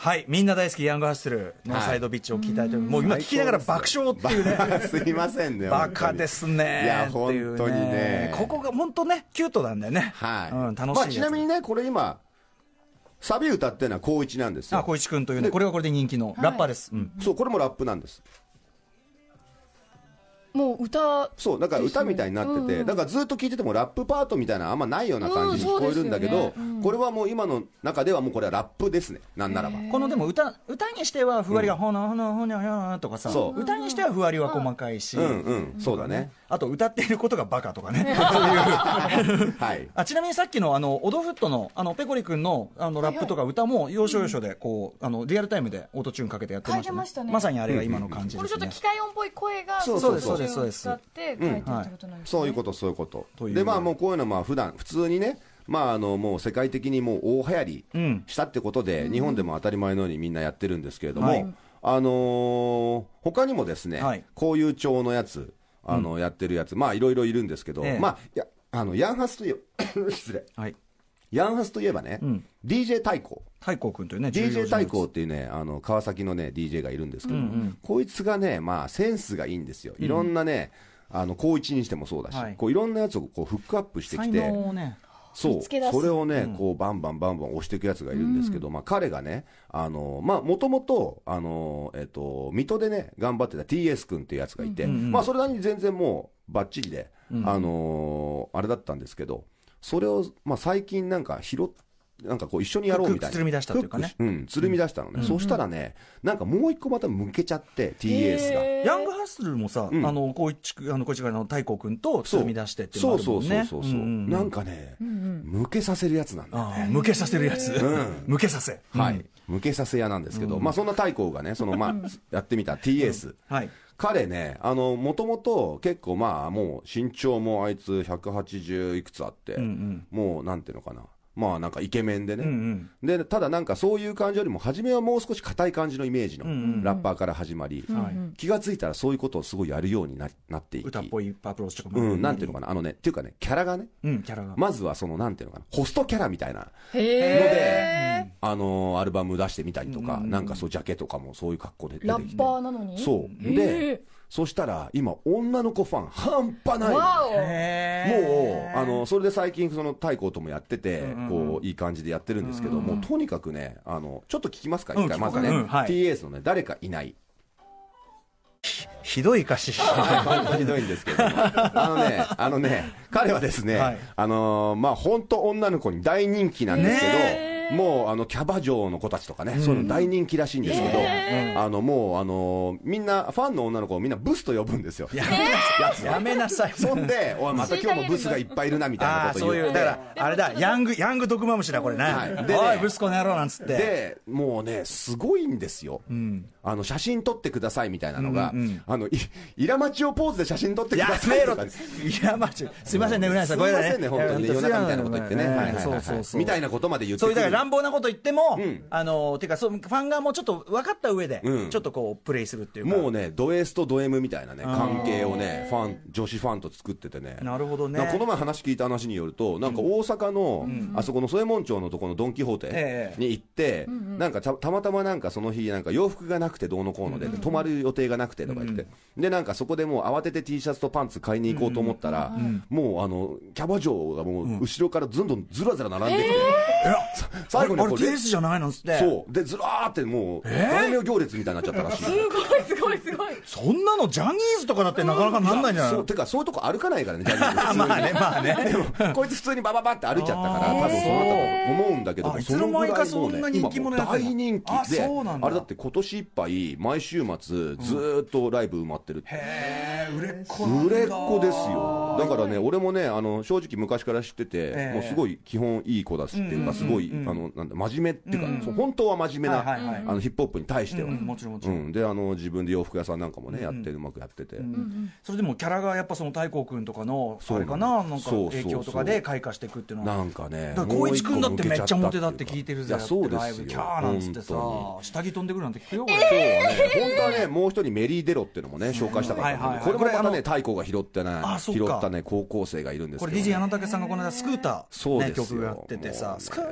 B: はい、みんな大好きヤングハッスルのサイドビッチを聞きたいと思います。もう今聞きながら爆笑っていうね。
C: すいませんね。
B: バカですね。
C: いや、本当にね。
B: ここが本当ね、キュートなんだよね。
C: はい。
B: うん、楽しいやつ。
C: まあ、ちなみにね、これ今、サビ歌ってるのは光一なんですよ。
B: あ、光一くんというね、これはこれで人気のラッパーです。
C: うん。そう、これもラップなんです。
D: もう歌、
C: そう、だから歌みたいになってて、だからずっと聴いててもラップパートみたいなあんまないような感じに聞こえるんだけど、これはもう今の中ではもうこれはラップですね、なんならば。
B: このでも歌、歌にしてはふわりがほなほなほにゃほにゃとかさ、歌にしてはふわりは細かいし、
C: うんうん、そうだね。
B: あと歌っていることがバカとかね。そういう。
C: はい。
B: あ、ちなみにさっきのあの、オドフットの、あの、ペコリ君のあのラップとか歌も要所要所でこう、あの、リアルタイムでオートチューンかけてやってましたね。まさにあれが今の感じですね。
D: これちょっと機械音っぽい声が、
C: そうそう
B: そうです、そうです。
C: そういうこと、そういうこと。で、まあもうこういうのはまあ普段、普通にね、まああのもう世界的にもう大流行りしたってことで、日本でも当たり前のようにみんなやってるんですけれども、あの他にもですね、こういう調のやつ、あのやってるやつ、まあいろいろいるんですけど、まあやあのヤンハスといえば失礼、ヤンハスといえばね、ディージェー 太鼓、
B: 太鼓君というね、
C: ディージェー 太鼓っていうね、あの川崎のね ディージェー がいるんですけど、こいつがね、まあセンスがいいんですよ。いろんなね、あの高一にしてもそうだし、こういろんなやつをこうフックアップしてきて、そう、それをね、こうバンバンバンバン押していくやつがいるんですけど、まあ彼がね、あのまあもともとあのえっと水戸でね頑張ってた ティーエス 君っていうやつがいて、まあそれなりに全然もうバッチリで、あのあれだったんですけど、それをまあ最近なんか拾ってなんかこう一緒にやろうみたいな。
B: つるみ出したというかね。
C: うん、つるみ出したのね。そしたらね、なんかもう一個また向けちゃって、ティーエーエス が。
B: ヤングハッスルもさ、あの、こういち、あの、こっち側の太鼓君とつるみ出してっていうのがあるもんね。
C: そうそうそうそう。なんかね、向けさせるやつなんだよね。
B: 向けさせるやつ。向けさせ。
C: はい。向けさせ屋なんですけど、まあそんな太鼓がね、そのまあ、やってみた ティーエーエス。はい。彼ね、あの、もともと結構まあもう身長もあいつひゃくはちじゅういくつあって、もうなんていうのかな。まあなんかイケメンでね、うんうん、でただなんかそういう感じよりも初めはもう少し硬い感じのイメージのラッパーから始まり、うんうん、気がついたらそういうことをすごいやるように な, なっていき、
B: 歌っぽいアプローチとかも、
C: うん、なんていうのかな、あのねっていうかねキャラがね、うん、キャラがまずはそのなんていうのかなホストキャラみたいなので、あのー、アルバム出してみたりとか、うんうん、なんかそうジャケとかもそういう格好で出てきて、
D: ラッパーなのに
C: そうでそしたら今女の子ファン半端ないの、もうあのそれで最近その太鼓ともやってて、うんうん、こういい感じでやってるんですけど、うんうん、もうとにかくねあのちょっと聞きますか一回、うん、まずね、うんはい、ティーエーエス のね誰かいない
B: ひ, ひどい歌詞
C: 本当ひどいんですけどあのねあのね彼はですね、はい、あのー、まあ本当女の子に大人気なんですけど、もうあのキャバ嬢の子たちとかね、うん、そういうの大人気らしいんですけど、えー、あのもうあのー、みんなファンの女の子をみんなブスと呼ぶんですよ。
B: やめなさい。やめなさい。
C: そんで、おいまた今日もブスがいっぱいいるなみたいなこと言う。
B: そういうだからあれだヤングヤング毒マムシだこれね。はい、で、ね、おいブスこの野郎なんつって。
C: でもうねすごいんですよ。うん、あの写真撮ってくださいみたいなのが、うんうん、あのいイラマチオポーズで写真撮ってくださいとか。
B: イラマチオすいませんねうなぎさんこれね。
C: すいませんね本当に夜中みたいなこと言ってね。はいはいはいみたいなことまで言ってくる。
B: そういうだから乱暴なこと言っても。うん、あのてかそうファン側もちょっと分かった上で、うん、ちょっとこうプレイするっていうか
C: もうねド S とド M みたいなね関係をねファン女子ファンと作っててね。
B: なるほどね。
C: この前話聞いた話によるとなんか大阪の、うん、あそこの添右衛門町のところのドン・キホーテに行って、うん、なんか た, たまたまなんかその日なんか洋服がなくてどうのこうので、うん、泊まる予定がなくてとか言って、うん、でなんかそこでもう慌てて T シャツとパンツ買いに行こうと思ったら、うん、もうあのキャバ嬢がもう後ろからずんどんずらずら並んできて、
B: うん、最後にこれ ティーエス じゃないのっつって
C: そうでずらーってもう大名行列みたいになっちゃったらしい。
D: すごいすごいすごい。
B: そんなのジャニーズとかだってなかなかなんないんじゃないの。
C: そうてかそういうとこ歩かないからねジャニーズ
B: まあねまあね
C: でもこいつ普通にバババって歩いちゃったから多分その後思うんだけど、
B: そのぐらいもうね今
C: 大人気で、あれだって今年いっぱい毎週末ずっとライブ埋まってるって。
B: へー売れっ子
C: 売れっ子ですよ。だからね俺もねあの正直昔から知っててもうすごい基本いい子だしっていうかすごいあのなんだ真面目っていうか本当は真面目なあのヒップホップに対してはもちろんもちろんであの自分で洋服屋さんなんかもねやってうまくやってて、
B: それでもキャラがやっぱその太鼓君とかのあれかななんか影響とかで開花していくっていうのは
C: なんかね
B: 光一君だってめっちゃモテだって聞いてるぜ。そうですよキャーなんつってさ下着飛んでくるなんて聞くよ。
C: そうね本当はねもう一人メリーデロっていうのもね紹介したかったんでこれもまたね太鼓が拾ってね拾ったね高校生がいるんですけど、
B: これ ディージェー 柳武さんがこの間スクーターね曲やっててさスクーなんつってさ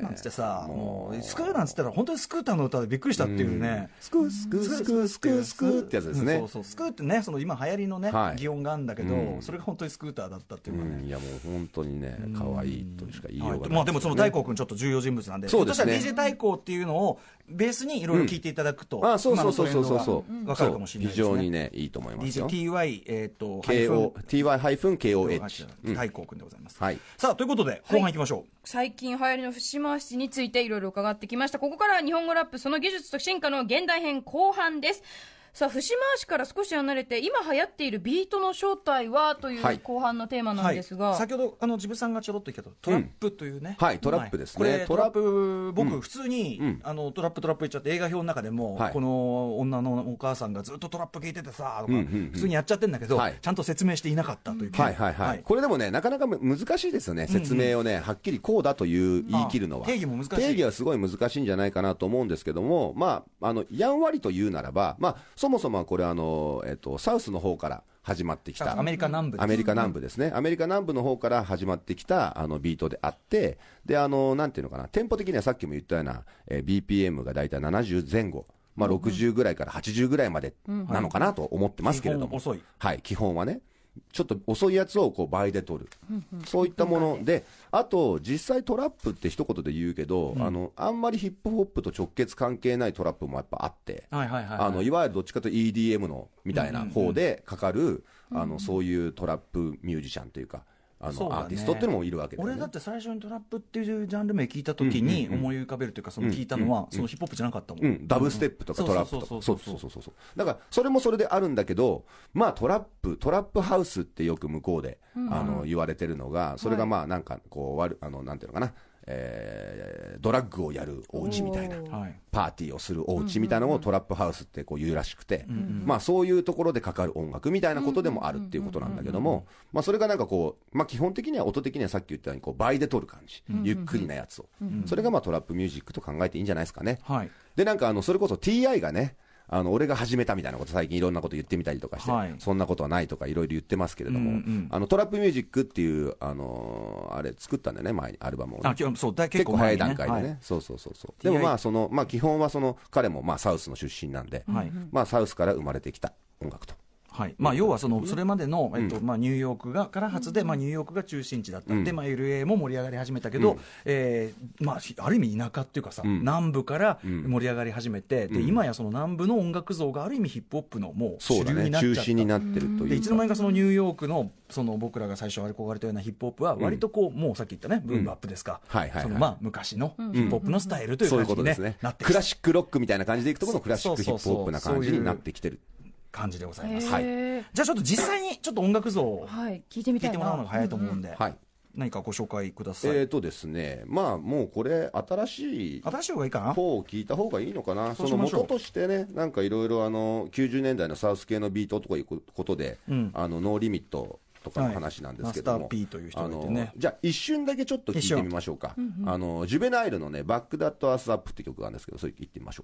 B: さ、もうスクーなんつったら本当にスクーターの歌でびっくりしたっていうね、
C: スクースクースクースクースクーってやつですね。
B: そうそう、スクーってね、その今流行りのね、擬音があるんだけど、それが本当にスクーターだったっていうかね。
C: いやもう本当にね、可愛いとしか言いようがない。
B: まあでもその大光君ちょっと重要人物なんで、
C: そうですね。
B: そしたら ディージェー 大光っていうのをベースにいろいろ聞いていただくと、
C: あ、そうそうそうそうそうそう、
B: わかるかもしれないですね。
C: 非常にねいいと思いますよ。
B: ディージェーティーワイ えっと
C: ティーワイ ハイフン ケーオーエイチ
B: 大光君でございます。
C: はい。
B: さあということで後半いきましょう。
D: 最近流行りの節回しについていろいろ伺ってきました。ここからは日本語ラップその技術と進化の現代編後半です。さあ節回しから少し離れて今流行っているビートの正体はという後半のテーマなんですが、はい
B: はい、先ほどあのジブさんがちょろっと言ったトラップというね、
C: うん、はいトラップですね、
B: これトラップ僕、うん、普通に、うん、あのトラップトラップ言っちゃって映画表の中でも、はい、この女のお母さんがずっとトラップ聞いててさとか、うんうんうん、普通にやっちゃってるんだけど、はい、ちゃんと説明していなかったという、
C: はいはいはいはい、これでもねなかなか難しいですよね、説明をね、うんうん、はっきりこうだという言い切るのは、
B: 定義も難しい、
C: 定義はすごい難しいんじゃないかなと思うんですけども、まああのやんわりと言うならば、まあそもそもはこれあのえっと、サウスの方から始まってきた
B: アメリカ南部です、
C: アメリカ南部ですね、アメリカ南部の方から始まってきたあのビートであって、であのなんていうのかな、テンポ的にはさっきも言ったような、えー、ビーピーエム がだいたいななじゅうぜん後、まあ、ろくじゅうぐらいからはちじゅうぐらいまでなのかなと思ってますけれども、
B: 基本遅い、
C: はい、基本はねちょっと遅いやつをこう倍で取る、そういったもので、あと実際トラップって一言で言うけど、うん、あのあんまりヒップホップと直結関係ないトラップもやっぱあって、いわゆるどっちかというと イーディーエム のみたいな方でかかる、うんうんうん、あのそういうトラップミュージシャンというか、あの、ね、アーティストっていうのもいるわけで、ね、
B: 俺だって最初にトラップっていうジャンル名聞いた時に思い浮かべるというか、その聞いたのは、うんうんうん、そのヒップホップじゃなかったもん、うん、
C: ダブステップとかトラップとか、そうそうそうそうそう、だからそれもそれであるんだけど、まあトラップトラップハウスってよく向こうで、うん、あの言われてるのが、それがまあなんかこう、はい、あのなんていうのかな、えー、ドラッグをやるお家みたいな、パーティーをするお家みたいなのをトラップハウスってこう言うらしくて、うんうん、まあそういうところでかかる音楽みたいなことでもあるっていうことなんだけども、まあそれがなんかこう、まあ基本的には音的にはさっき言ったようにこう倍で取る感じ、ゆっくりなやつを、それがまあトラップミュージックと考えていいんじゃないですかね。はい、でなんかあのそれこそ ティーアイ がね、あの俺が始めたみたいなこと最近いろんなこと言ってみたりとかして、はい、そんなことはないとかいろいろ言ってますけれども、うんうん、あのトラップミュージックっていう、あのー、あれ作ったんだよね、前にアルバムを、ね、
B: あそうだ
C: 結構早い段階でね、はい、そうそうそうそう、でもまあその、まあ、基本はその彼もまあサウスの出身なんで、はい、まあ、サウスから生まれてきた音楽と。
B: はい、まあ、要はそのそれまでの、えっとまあ、ニューヨークがから発で、まあ、ニューヨークが中心地だった、うん、で、まあ、エルエー も盛り上がり始めたけど、うん、えーまあ、ある意味田舎っていうかさ、うん、南部から盛り上がり始めて、うん、で今やその南部の音楽像がある意味ヒップホップのもう主流になっちゃった、
C: 中心になってるというか、
B: でいつの間にかそのニューヨークのその僕らが最初憧れたようなヒップホップは割とこう、うん、もうさっき言ったねブームアップですか、そのまあ昔のヒップホップのスタイルという感じに、ね、うん、なってきて、
C: クラシックロックみたいな感じでいくところのクラシックヒップホップな感じになってきてる
B: 感じでございます。はい、じゃあちょっと実際にちょっと音楽像を
D: 聞いてみたいな、
B: 聞いてもらうのが早いと思うんで、
C: うんうん、はい、
B: 何かご紹介ください。
C: えーとですね、まあもうこれ新しい
B: 新しい方がいいかな、
C: 方を聞いた方がいいのかな。その元としてね、なんかいろいろあのきゅうじゅうねんだいのサウス系のビートとかいうことで、うん、あのノーリミットとかの話なんですけども、はい、マスター P という人がいてね、じゃあ一瞬だけちょっと聞いてみましょうか。うんうん、あのジュベナイルのねバックダットアースアップって曲があるんですけど、それ聞いてみましょう。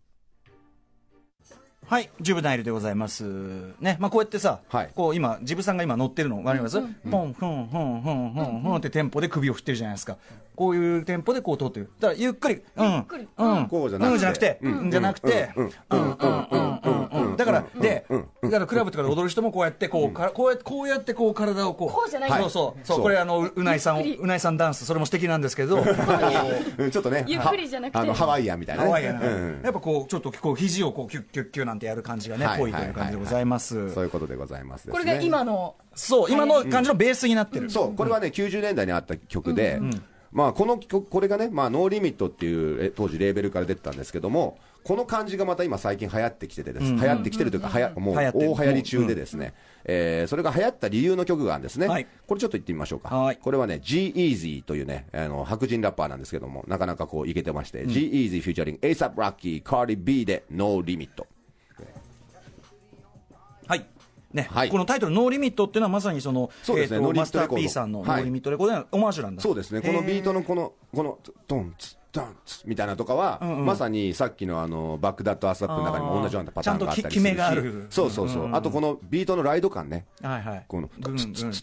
B: はい、ジュブナイルでございますね。まあこうやってさ、はい、こう今ジブさんが今乗ってるの分かります？うんうん、ポンフンフンフンフンフンってテンポで首を振ってるじゃないですか。こういうテンポでこう通ってる。だからゆっくり、うん、うん、
C: こうじゃ
B: なくて、うんじゃなくて、うんうんうんうんうん、だからで、だからクラブとかで踊る人もこうやってこうかこうやってこうやってこう体をこう、
D: こうじゃない、
B: そうそうそう、これあのうないさんうないさんダンス、それも素敵なんですけど、ち
C: ょっとね
D: ゆっくりじゃなくて
C: あのハワイアンみたいなね、
B: ハワイアン、やっぱこうちょっとこう肘をこうキュッキュッキュなんてやる感じがねぽいという感じでございます。
C: そういうことでございます。
D: これが今の
B: そう今の感じのベースになってる。
C: そうこれはねきゅうじゅうねんだいにあった曲で。まあこの曲これがね、まあ、ノーリミットっていう当時レーベルから出てたんですけども、この感じがまた今最近流行ってきててです、うん、流行ってきてるというか、はやもう大流行り中でですね、うん、えー、それが流行った理由の曲があるんですね、はい、これちょっと言ってみましょうか。はい、これはね G-Eazy というねあの白人ラッパーなんですけども、なかなかこういけてまして、うん、G-Eazy フューチャリング エイサップ Rocky Cardi B でノーリミット。
B: はいね、はい、このタイトルノーリミットっていうのはまさにその
C: そうですね、
B: えー、マスター P さんのノーリミットレコードのオマージュなんだ。
C: そうですね、このビートのこのこのドンツドンツみたいなとかは、うんうん、まさにさっきのあのバックダットアスアップの中にも同じようなパターンがあったりするし、ちゃんと決めがある、そうそうそう、うんうん、あとこのビートのライド感ね、はいはい、このだ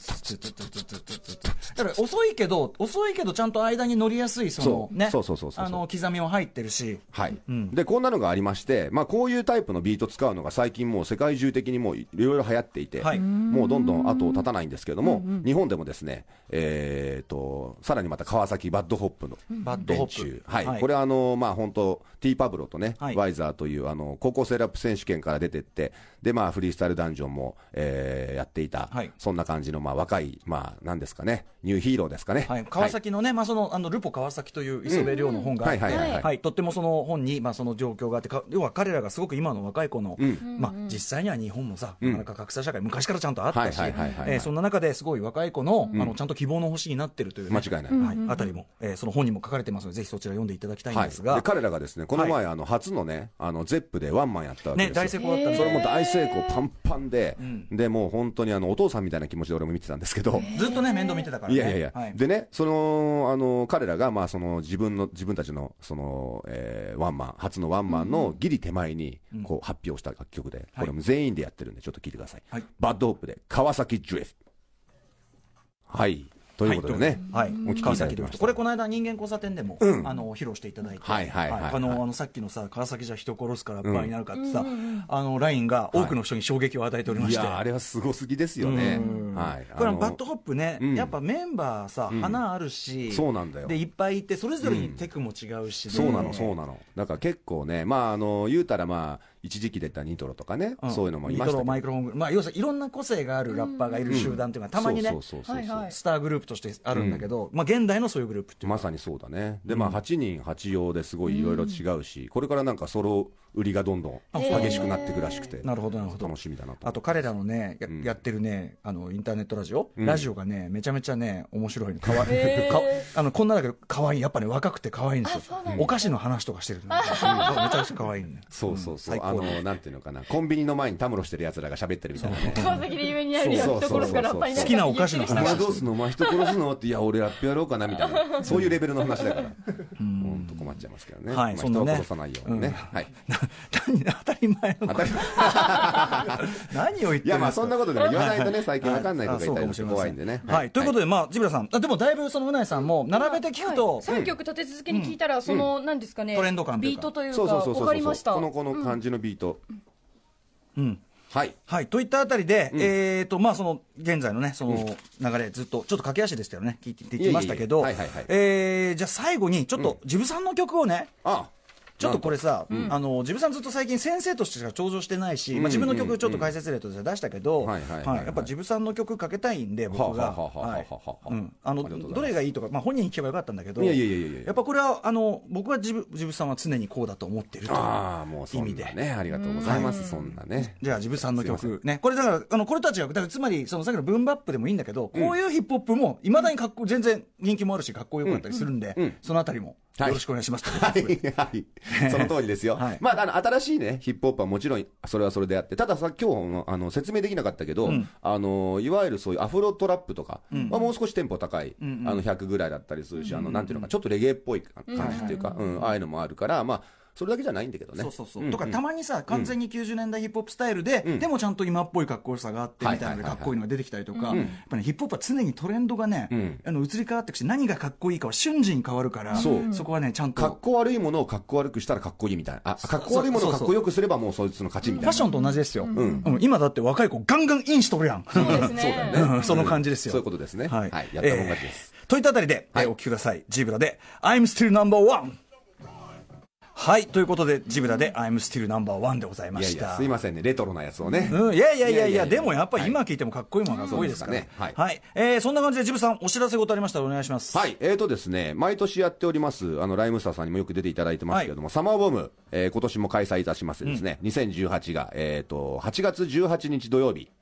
B: から遅いけど遅いけどちゃんと間に乗りやすいそのね、
C: そうそうそうそう、
B: あの刻みも入ってるし、
C: はい、うん、でこんなのがありまして、まあこういうタイプのビート使うのが最近もう世界中的にもういろいろ流行っていて、はい、もうどんどん後を絶たないんですけども、うんうん、日本でもですね、えーとさらにまた川崎バッドホップの連中、はい、はい、これはあのまあ本当 T パブロとね、はい、ワイザーというあの高校生ラップ選手権から出てってでまあフリースタイルダンジョンも、えー、やっていた、はい、そんな感じのまあ若いまあなんですかねニューヒーローですかね、
B: はい、川崎のね、はい、まあそのあのルポ川崎という磯部亮の本があって、はい、とってもその本にまあその状況があってか要は彼らがすごく今の若い子の、うん、まあ実際には日本もさ、うん、なかなか格差社会昔からちゃんとあったし、そんな中ですごい若い子の、うん、あのちゃんと希望の星になってるという、ね、
C: 間違いない、
B: はい、あたりも、えー、その本にも書かれてますのでぜひそちら読んでいただきたいんですが、はい、
C: で彼らがですねこの前、はい、あの初のねあのゼップでワンマンやったわけですよ、ね、
B: 大成功だったんで
C: それも大成功パンパンで、うん、でもう本当にあのお父さんみたいな気持ちで俺も見てたんですけど
B: ずっとね面倒見てたからね、
C: いやいやいや、はい、でねそのあの彼らがまあその自分の自分たちのその、えー、ワンマン初のワンマンのギリ手前にこう発表した楽曲で、うん、これも全員でやってるんでちょっと聞いてください、はい、バッドホップで川崎ドリフト、はいということでね、
B: はい、お聞きいただきました。これこの間人間交差点でも、うん、あの披露していただいて、はいはいはい、はい、あのあのさっきのさ川崎じゃ人殺すからラッパーになるかってさ、うん、あのラインが多くの人に衝撃を与えておりまして、はい、
C: いやあれはすごすぎですよね。はい。
B: これバッドホップね、うん、やっぱメンバーさ、うん、花あるし、
C: そうなんだよ。
B: でいっぱいいてそれぞれにテクも違うし、
C: ね、うん、そうなのそうなの。だから結構ね、まああの言うたらまあ。一時期出たニトロとかね、うん、そういうのもいましたけど、ニトロ、マイクロフォン、まあ、要するにいろんな個性があるラッパーがいる集団っていうのがたまにね、スターグループとしてあるんだけど、うん、まあ、現代のそういうグループっていうまさにそうだね。で、まあ、はちにんはちようですごいいろいろ違うし、うん、これからなんかソロ売りがどんどん激しくなっていくらしくて、
B: なるほどなるほど、
C: 楽しみだなと。
B: あと彼らのね や,、うん、やってるねあのインターネットラジオ、うん、ラジオがねめちゃめちゃね面白いの、かわかあのこんなだけど可愛い、やっぱね若くて可愛いんですよ。お菓子の話とかしてるの、めちゃくちゃ可愛いね。
C: そうそうそう、うん、あのなんていうのかな、コンビニの前にたむろしてる奴らが喋ってるみたいなね。
D: 川崎で有名にあるやつところから
B: 好きなお菓子の話。
C: お前どうすんの、お前人殺すのって、いや俺ラップやろうかなみたいな、そういうレベルの話だから。本当困っちゃいますけどね。はい、まあ、人を殺さないようにね。はい。
B: 当たり前のこと何を言ってるんですか。
C: いやまあそんなことでも言わないとね、最近わかんないとか言ったりして怖いんでね。
B: はい。ということでまあジブラさん、でもだいぶそのうないさんも並べて聞くと
D: さんきょく立て続けに聞いたらその何ですかね、トレンド感ビートというかわかりました。
C: このこの感じのビート。
B: うん。はい、
C: はい、
B: といったあたりで、うん、えーとまあ、その現在のねその流れ、ずっとちょっと駆け足でしたよね、聞いていきましたけど、じゃあ最後にちょっとジブさんの曲をね、うん、ああちょっとこれさ、うん、あのジブさんずっと最近先生としてしか登場してないし、うん、まあ、自分の曲ちょっと解説例として出したけど、やっぱジブさんの曲かけたいんで僕がどれがいいとか、まあ、本人に聞けばよかったんだけど、やっぱこれはあの僕はジブジブさんは常にこうだと思ってるという意味で、
C: あね、ありがとうございます。そんなね、
B: じゃあジブさんの曲ね、これだからあのこれたちがだからつまりそのさっきのブームバップでもいいんだけど、こういうヒップホップもいまだにかっこ全然人気もあるしかっこよかったりするんで、うんうん、そのあたりもよろしくお願いします。
C: はい、はい、その通りですよ。はい、まあ、あの新しいねヒップホップはもちろんそれはそれであって、たださ今日あの説明できなかったけど、うん、あのいわゆるそういうアフロトラップとかは、うん、もう少しテンポ高い、うんうん、あのひゃくぐらいだったりするし、うんうん、あのなんていうのかちょっとレゲエっぽい感じっていうか、うん、ああいうのもあるから、まあそれだけじゃないんだけどね。
B: そうそうそう、うんうん、とかたまにさ完全にきゅうじゅうねんだいヒップホップスタイルで、うん、でもちゃんと今っぽいかっこよさがあってみたいなのでかっこいいのが出てきたりとか、うん、やっぱねヒップホップは常にトレンドがね、うん、あの移り変わってくし、何がかっこいいかは瞬時に変わるから、そう、そこはねちゃんと
C: かっこ悪いものをかっこ悪くしたらかっこいいみたいな、あかっこ悪いものをかっこよくすればもうそいつの勝ちみたいな。
B: ファッションと同じですよ、うんうん、今だって若い子ガンガンインしとるやん。
D: そうですね。
C: そうだね、
B: うん、その感じですよ、
C: そういうことですね。はい、はい、やったもん勝ちです、
B: えー、といったあたりで、はい、えー、お聞きください。ジブラで I'm still number one。はい、ということでジブラで I'm still number one でございました。
C: いやいやすいませんね、レトロなやつをね、
B: うん、いやいやいやいや、でもやっぱり今聞いてもかっこいいものが多いですから、ね、はい、はい、えー、そんな感じでジブさんお知らせ事ありましたらお願いします。
C: はい、えーとですね、毎年やっておりますあのライムスターさんにもよく出ていただいてますけれども、はい、サマーボム、えー、今年も開催いたしますですね、うん、にせんじゅうはちが、えーとはちがつじゅうはちにち土曜日、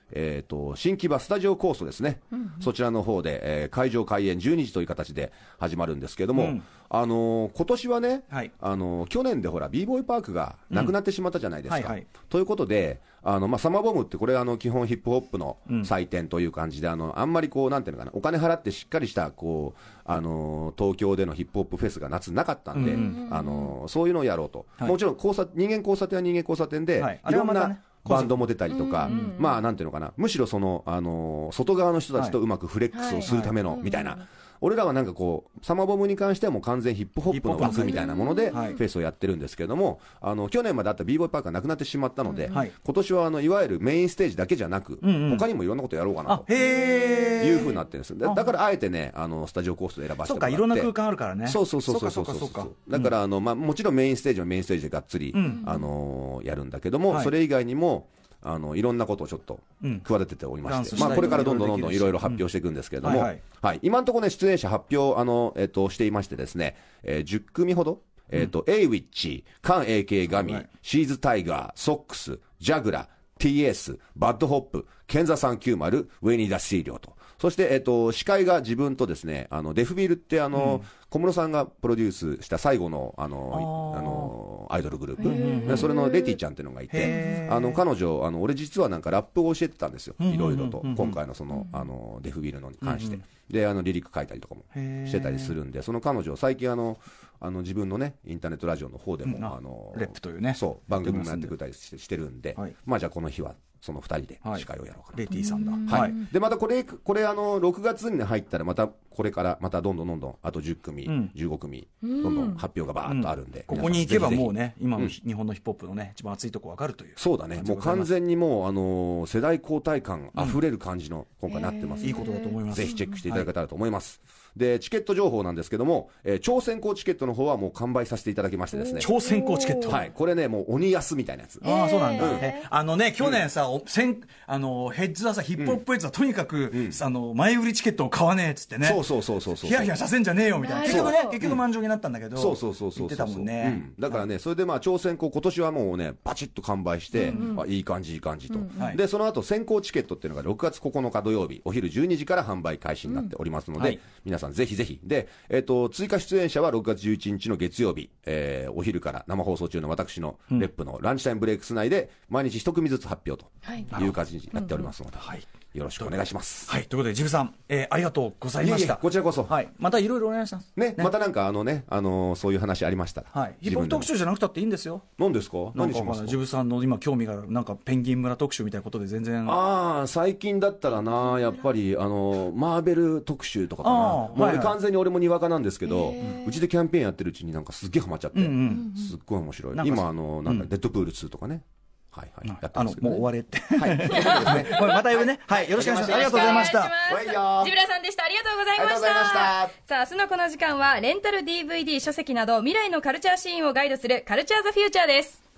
C: えー、と新木場スタジオコーストですね、うんうん、そちらの方で、えー、会場開演じゅうにじという形で始まるんですけれども、うん、あのー、今年はね、はい、あのー、去年でほら b ボーイパークがなくなってしまったじゃないですか、うんはいはい、ということであの、まあ、サマーボムってこれあの基本ヒップホップの祭典という感じで、うん、あのあんまりこうなんていうのかな、お金払ってしっかりしたこう、あのー、東京でのヒップホップフェスが夏なかったんで、うんうん、あのー、そういうのをやろうと、はい、もちろん交差人間交差点は人間交差点で、はい、いろんなバンドも出たりとか、うんうん、まあなんていうのかな、むしろその、あのー、外側の人たちとうまくフレックスをするためのみたいな、俺らはなんかこうサマーボムに関してはもう完全ヒップホップの枠みたいなものでフェスをやってるんですけれども、あの去年まであった b ボーイパークがなくなってしまったので、はい、今年はあのいわゆるメインステージだけじゃなく、うんうん、他にもいろんなことやろうかなというふうになってるんです。だからあえてね、あのスタジオコーストで選ばせてもらって、
B: そうか、いろんな空間あるからね。
C: そうそうそうそうそうそうそう。だからあの、まあ、もちろんメインステージはメインステージでがっつり、うん、あのー、やるんだけども、はい、それ以外にもあのいろんなことをちょっと企てておりまして、うん、まあ、これからどんどんどんどんいろいろ発表していくんですけれども、うんはいはいはい、今のところね、出演者発表あの、えっと、していましてですね、えー、じゅっくみほど、えっと、エイウィッチ、カン エーケー ガミ、シーズタイガー、ソックス、ジャグラ、ティーエス、バッドホップ、ケンザさんきゅうまる、ウェニーダシーリョと。そして、えっと、司会が自分とですね、あの、デフビールってあの、うん、小室さんがプロデュースした最後の、あの、あの、アイドルグループ。でそれのレティちゃんっていうのがいて、あの、彼女、あの、俺実はなんかラップを教えてたんですよ。いろいろと。今回のその、あの、デフビールのに関して。で、あの、リリック書いたりとかもしてたりするんで、その彼女、最近あの、あの自分のね、インターネットラジオの方でも、うん、あの、
B: レップというね。
C: そう、番組もやってくれたりして、してるんで、はい、まあじゃあこの日は、そのふたりで司会をやろうかな、はい、
B: レティさんだ、
C: はい、でまたこれこれあのろくがつに入ったらまたこれからまたどんどんどんどんあとじゅっくみ、うん、じゅうごくみどんどん発表がバーッとあるんで、
B: うん、ここに行けばもうね今の日本のヒップホップのね一番熱いとこ分かるという。
C: そうだね、もう完全にもうあの世代交代感あふれる感じの今回なってます、
B: いいことだと思います。
C: ぜひチェックしていただけたらと思います、はい、でチケット情報なんですけども、えー、超先行チケットの方はもう完売させていただきましてですね。
B: 超先行チケット、
C: はい、これねもう鬼安みたいなやつ。
B: ああそうなんだ、うん、あのね去年さ、うん、先あのヘッズはさヒップホップヘッズはとにかく、うん、あの前売りチケットを買わねえっつってね。
C: そうそうそうそうそう。
B: ヒヤヒヤさせんじゃねえよみたいな。結局ね結局満場になったんだけど。
C: そうそうそうそう。
B: 言ってたもんね。
C: うん、だからねそれでまあ超先行今年はもうねバチッと完売して、うんうん、あいい感じいい感じと、うんうん、でその後先行チケットっていうのがろくがつここのか土曜日お昼じゅうにじから販売開始になっておりますので、うんはい、皆さんぜひぜひで、えー、と追加出演者はろくがつじゅういちにちの月曜日、えー、お昼から生放送中の私のレップのランチタイムブレイクス内で毎日一組ずつ発表という感じになっておりますので、はい、よろしくお願いします。
B: はい、ということでジブさん、えー、ありがとうございました。いえいえ
C: こちらこそ、
B: はい、またいろいろお願いします
C: ね, ねまたなんかあのね、あのー、そういう話ありましたら、
B: はい、ヒップホップ特集じゃなくたっていいんですよ。
C: 何ですか？何しますか？
B: ジブさんの今興味があるなんかペンギン村特集みたいなことで全然。
C: ああ最近だったらなやっぱりあのー、マーベル特集とかかな。もう、はいはい、完全に俺もにわかなんですけど、うちでキャンペーンやってるうちになんかすっげえハマっちゃって、うんうん、すっごい面白い。今あのー、なんだ、うん、デッドプールツーとかね。はいはい、やってますけどね、
B: あのもう終われって。はい。これまた呼ぶね。はい。よろしくお願いします。ありがとうございました。
D: ジブラさんでした。ありがとうございました。ありがとうございました。さあ明日のこの時間はレンタル ディーブイディー 書籍など未来のカルチャーシーンをガイドするカルチャーズフューチャーです。